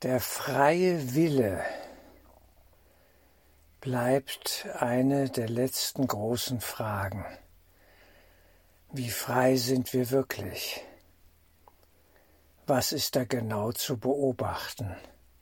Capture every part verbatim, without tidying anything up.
Der freie Wille bleibt eine der letzten großen Fragen. Wie frei sind wir wirklich? Was ist da genau zu beobachten?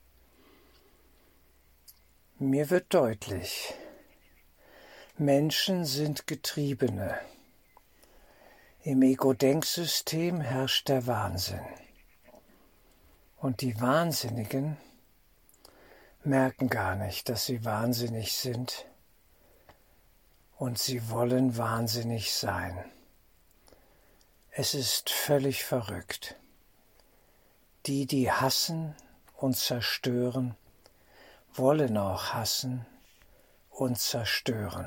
Mir wird deutlich, Menschen sind Getriebene. Im Ego-Denksystem herrscht der Wahnsinn. Und die Wahnsinnigen merken gar nicht, dass sie wahnsinnig sind und sie wollen wahnsinnig sein. Es ist völlig verrückt. Die, die hassen und zerstören, wollen auch hassen und zerstören.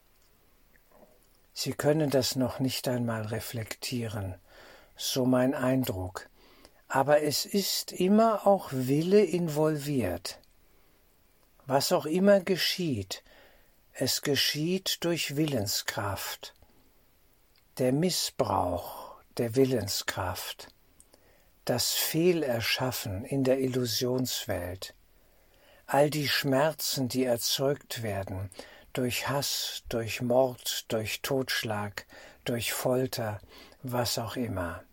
Sie können das noch nicht einmal reflektieren, so mein Eindruck. Aber es ist immer auch Wille involviert. Was auch immer geschieht, es geschieht durch Willenskraft. Der Missbrauch der Willenskraft, das Fehlerschaffen in der Illusionswelt, all die Schmerzen, die erzeugt werden durch Hass, durch Mord, durch Totschlag, durch Folter, was auch immer.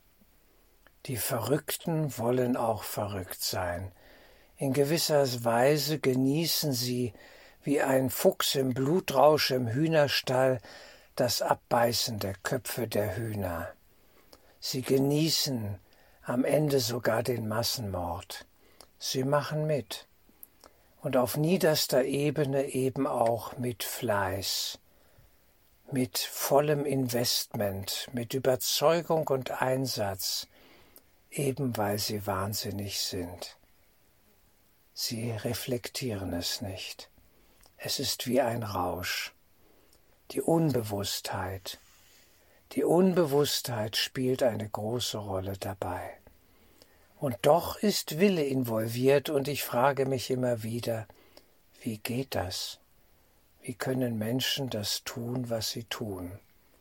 Die Verrückten wollen auch verrückt sein. In gewisser Weise genießen sie, wie ein Fuchs im Blutrausch im Hühnerstall, das Abbeißen der Köpfe der Hühner. Sie genießen am Ende sogar den Massenmord. Sie machen mit. Und auf niederster Ebene eben auch mit Fleiß, mit vollem Investment, mit Überzeugung und Einsatz, eben weil sie wahnsinnig sind. Sie reflektieren es nicht. Es ist wie ein Rausch. Die Unbewusstheit. Die Unbewusstheit spielt eine große Rolle dabei. Und doch ist Wille involviert und ich frage mich immer wieder, wie geht das? Wie können Menschen das tun, was sie tun?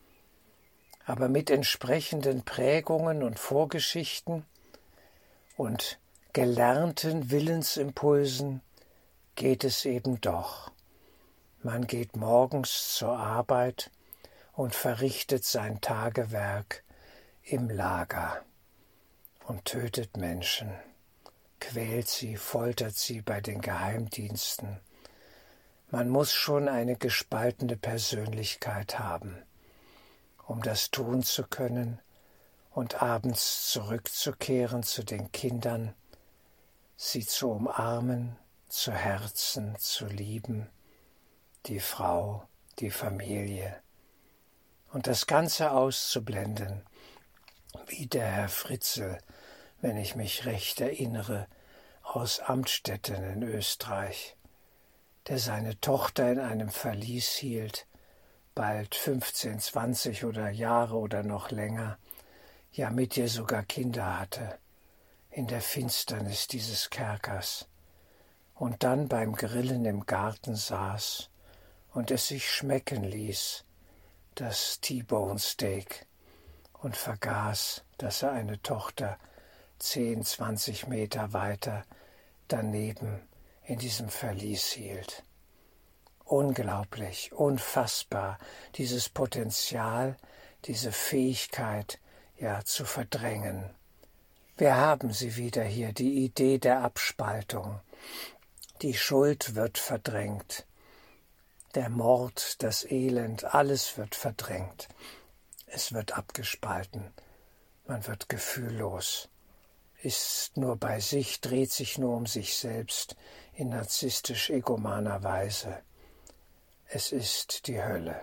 Aber mit entsprechenden Prägungen und Vorgeschichten und gelernten Willensimpulsen geht es eben doch. Man geht morgens zur Arbeit und verrichtet sein Tagewerk im Lager und tötet Menschen, quält sie, foltert sie bei den Geheimdiensten. Man muss schon eine gespaltene Persönlichkeit haben, um das tun zu können und abends zurückzukehren zu den Kindern, sie zu umarmen, zu Herzen zu lieben, die Frau, die Familie und das Ganze auszublenden, wie der Herr Fritzl, wenn ich mich recht erinnere, aus Amtstetten in Österreich, der seine Tochter in einem Verlies hielt, bald fünfzehn, zwanzig oder Jahre oder noch länger, ja mit ihr sogar Kinder hatte, in der Finsternis dieses Kerkers, und dann beim Grillen im Garten saß und es sich schmecken ließ, das T-Bone Steak, und vergaß, dass er eine Tochter zehn, zwanzig Meter weiter daneben in diesem Verlies hielt. Unglaublich, unfassbar, dieses Potenzial, diese Fähigkeit, ja, zu verdrängen. Wir haben sie wieder hier, die Idee der Abspaltung. Die Schuld wird verdrängt. Der Mord, das Elend, alles wird verdrängt. Es wird abgespalten. Man wird gefühllos, ist nur bei sich, dreht sich nur um sich selbst in narzisstisch-egomaner Weise. Es ist die Hölle.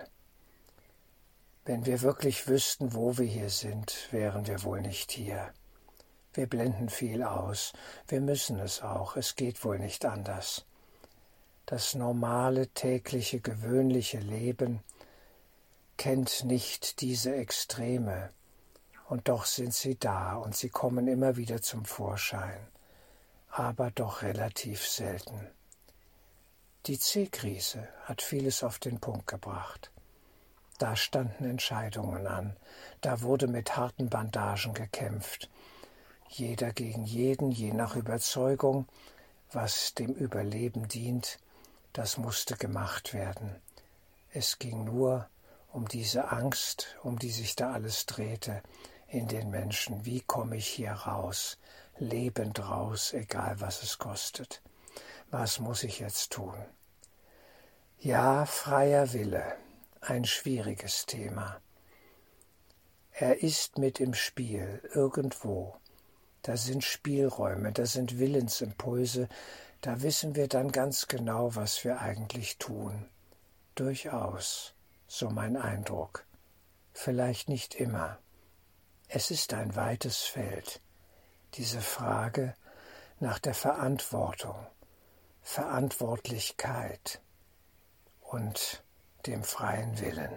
Wenn wir wirklich wüssten, wo wir hier sind, wären wir wohl nicht hier. Wir blenden viel aus. Wir müssen es auch. Es geht wohl nicht anders. Das normale, tägliche, gewöhnliche Leben kennt nicht diese Extreme. Und doch sind sie da und sie kommen immer wieder zum Vorschein. Aber doch relativ selten. Die C-Krise hat vieles auf den Punkt gebracht. Da standen Entscheidungen an. Da wurde mit harten Bandagen gekämpft. jeder gegen jeden, je nach Überzeugung, was dem Überleben dient, das musste gemacht werden. Es ging nur um diese Angst, um die sich da alles drehte in den Menschen. Wie komme ich hier raus, lebend raus, egal was es kostet? Was muss ich jetzt tun? Ja, freier Wille, ein schwieriges Thema. Er ist mit im Spiel, irgendwo. Da sind Spielräume, da sind Willensimpulse, da wissen wir dann ganz genau, was wir eigentlich tun. Durchaus, so mein Eindruck. Vielleicht nicht immer. Es ist ein weites Feld, diese Frage nach der Verantwortung, Verantwortlichkeit und dem freien Willen.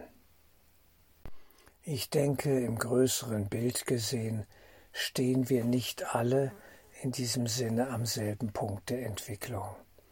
Ich denke, im größeren Bild gesehen, stehen wir nicht alle in diesem Sinne am selben Punkt der Entwicklung.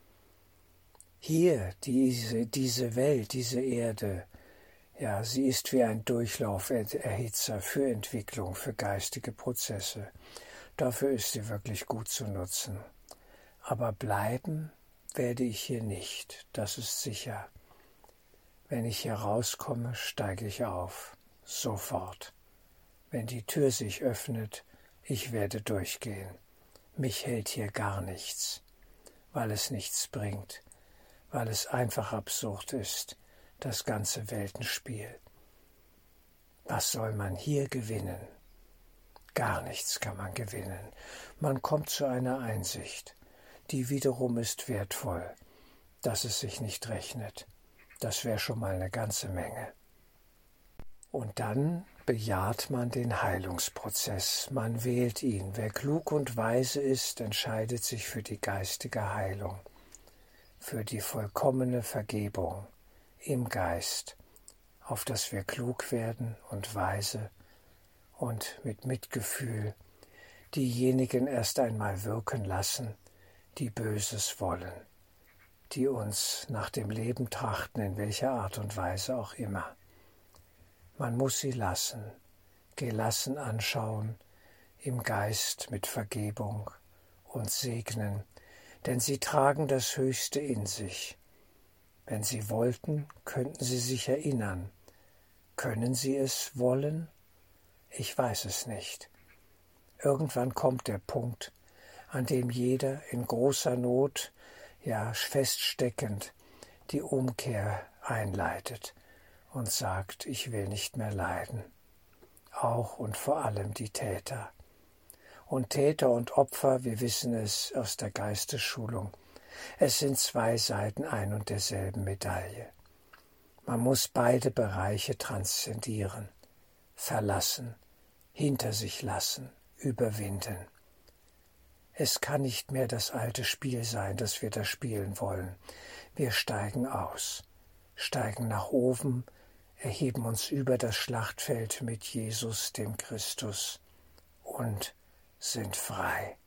Hier, diese, diese Welt, diese Erde, ja, sie ist wie ein Durchlauferhitzer für Entwicklung, für geistige Prozesse. Dafür ist sie wirklich gut zu nutzen. Aber bleiben werde ich hier nicht, das ist sicher. Wenn ich hier rauskomme, steige ich auf, sofort. Wenn die Tür sich öffnet, ich werde durchgehen. Mich hält hier gar nichts, weil es nichts bringt, weil es einfach absurd ist, das ganze Weltenspiel. Was soll man hier gewinnen? Gar nichts kann man gewinnen. Man kommt zu einer Einsicht, die wiederum ist wertvoll, dass es sich nicht rechnet. Das wäre schon mal eine ganze Menge. Und dann bejaht man den Heilungsprozess, man wählt ihn. Wer klug und weise ist, entscheidet sich für die geistige Heilung, für die vollkommene Vergebung im Geist, auf dass wir klug werden und weise und mit Mitgefühl diejenigen erst einmal wirken lassen, die Böses wollen, die uns nach dem Leben trachten, in welcher Art und Weise auch immer. Man muss sie lassen, gelassen anschauen, im Geist mit Vergebung und segnen, denn sie tragen das Höchste in sich. Wenn sie wollten, könnten sie sich erinnern. Können sie es wollen? Ich weiß es nicht. Irgendwann kommt der Punkt, an dem jeder in großer Not, ja feststeckend, die Umkehr einleitet und sagt, ich will nicht mehr leiden. Auch und vor allem die Täter. Und Täter und Opfer, wir wissen es aus der Geistesschulung, es sind zwei Seiten ein und derselben Medaille. Man muss beide Bereiche transzendieren, verlassen, hinter sich lassen, überwinden. Es kann nicht mehr das alte Spiel sein, das wir da spielen wollen. Wir steigen aus, steigen nach oben, erheben uns über das Schlachtfeld mit Jesus, dem Christus, und sind frei.